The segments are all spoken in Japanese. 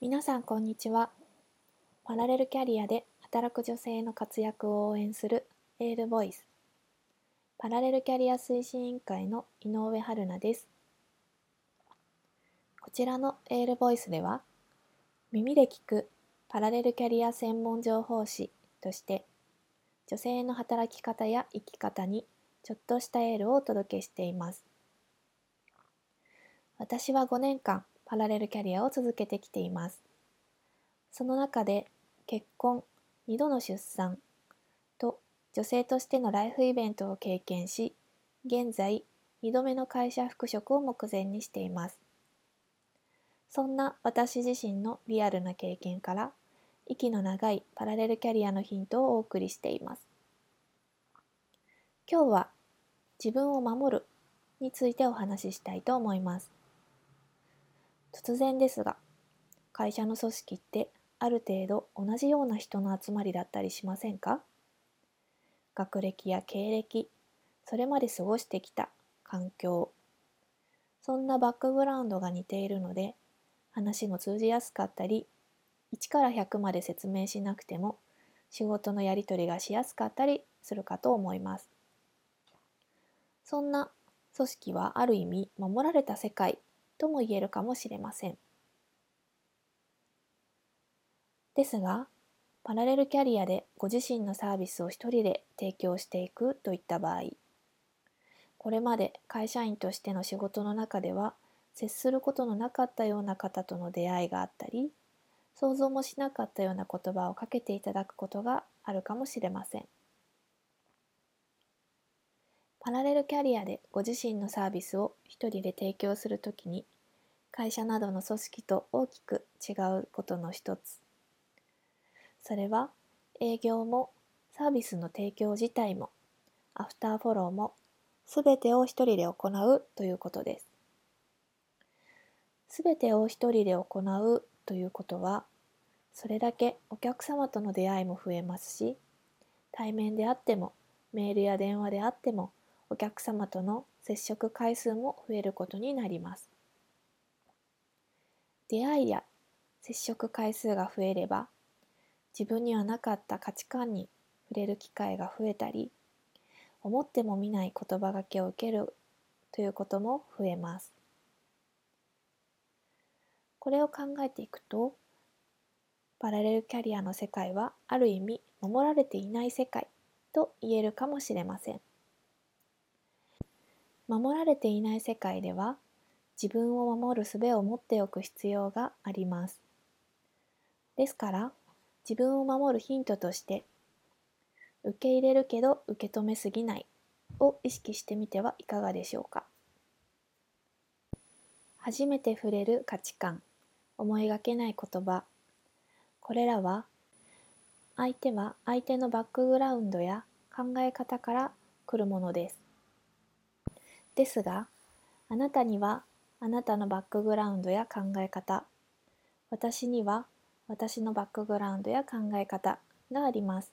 皆さんこんにちは。パラレルキャリアで働く女性の活躍を応援するエールボイスパラレルキャリア推進委員会の井上春奈です。こちらのエールボイスでは、耳で聞くパラレルキャリア専門情報誌として、女性の働き方や生き方にちょっとしたエールをお届けしています。私は5年間パラレルキャリアを続けてきています。その中で結婚、2度の出産と女性としてのライフイベントを経験し、現在2度目の会社復職を目前にしています。そんな私自身のリアルな経験から、息の長いパラレルキャリアのヒントをお送りしています。今日は自分を守るについてお話ししたいと思います。突然ですが、会社の組織ってある程度同じような人の集まりだったりしませんか？学歴や経歴、それまで過ごしてきた環境、そんなバックグラウンドが似ているので、話も通じやすかったり、1から100まで説明しなくても仕事のやり取りがしやすかったりするかと思います。そんな組織はある意味守られた世界とも言えるかもしれません。ですが、パラレルキャリアでご自身のサービスを一人で提供していくといった場合、これまで会社員としての仕事の中では接することのなかったような方との出会いがあったり、想像もしなかったような言葉をかけていただくことがあるかもしれません。パラレルキャリアでご自身のサービスを一人で提供するときに、会社などの組織と大きく違うことの一つ。それは、営業もサービスの提供自体もアフターフォローもすべてを一人で行うということです。すべてを一人で行うということは、それだけお客様との出会いも増えますし、対面であっても、メールや電話であっても、お客様との接触回数も増えることになります。出会いや接触回数が増えれば、自分にはなかった価値観に触れる機会が増えたり、思っても見ない言葉がけを受けるということも増えます。これを考えていくと、パラレルキャリアの世界はある意味守られていない世界と言えるかもしれません。守られていない世界では、自分を守る術を持っておく必要があります。ですから、自分を守るヒントとして、受け入れるけど受け止めすぎないを意識してみてはいかがでしょうか。初めて触れる価値観、思いがけない言葉、これらは相手は相手のバックグラウンドや考え方から来るものです。ですが、あなたにはあなたのバックグラウンドや考え方、私には私のバックグラウンドや考え方があります。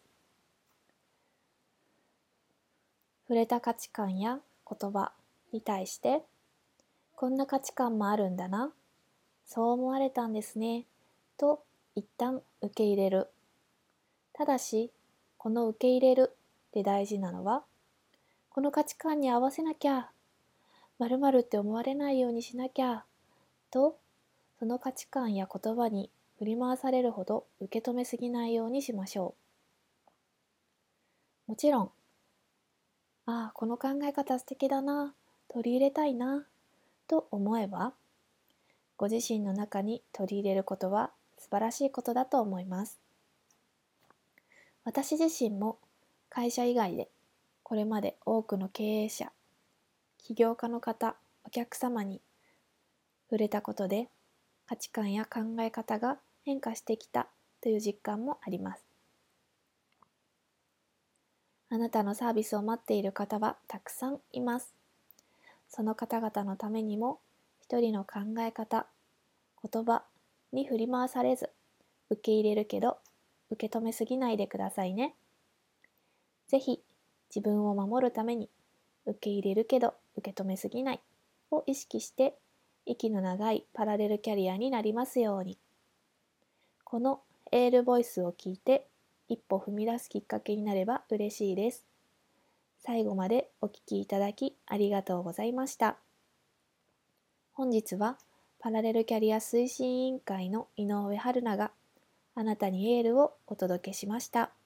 触れた価値観や言葉に対して、こんな価値観もあるんだな、そう思われたんですね、と一旦受け入れる。ただし、この受け入れるで大事なのは、この価値観に合わせなきゃ、〇〇って思われないようにしなきゃ、と、その価値観や言葉に振り回されるほど受け止めすぎないようにしましょう。もちろん、ああ、この考え方素敵だな、取り入れたいな、と思えば、ご自身の中に取り入れることは素晴らしいことだと思います。私自身も会社以外でこれまで多くの経営者、起業家の方、お客様に触れたことで価値観や考え方が変化してきたという実感もあります。あなたのサービスを待っている方はたくさんいます。その方々のためにも一人の考え方、言葉に振り回されず、受け入れるけど受け止めすぎないでくださいね。ぜひ自分を守るために受け入れるけど受け止めすぎないを意識して息の長いパラレルキャリアになりますように。 このエールボイスを聞いて一歩踏み出すきっかけになれば嬉しいです。最後までお聞きいただきありがとうございました。本日はパラレルキャリア推進委員会の井上春菜があなたにエールをお届けしました。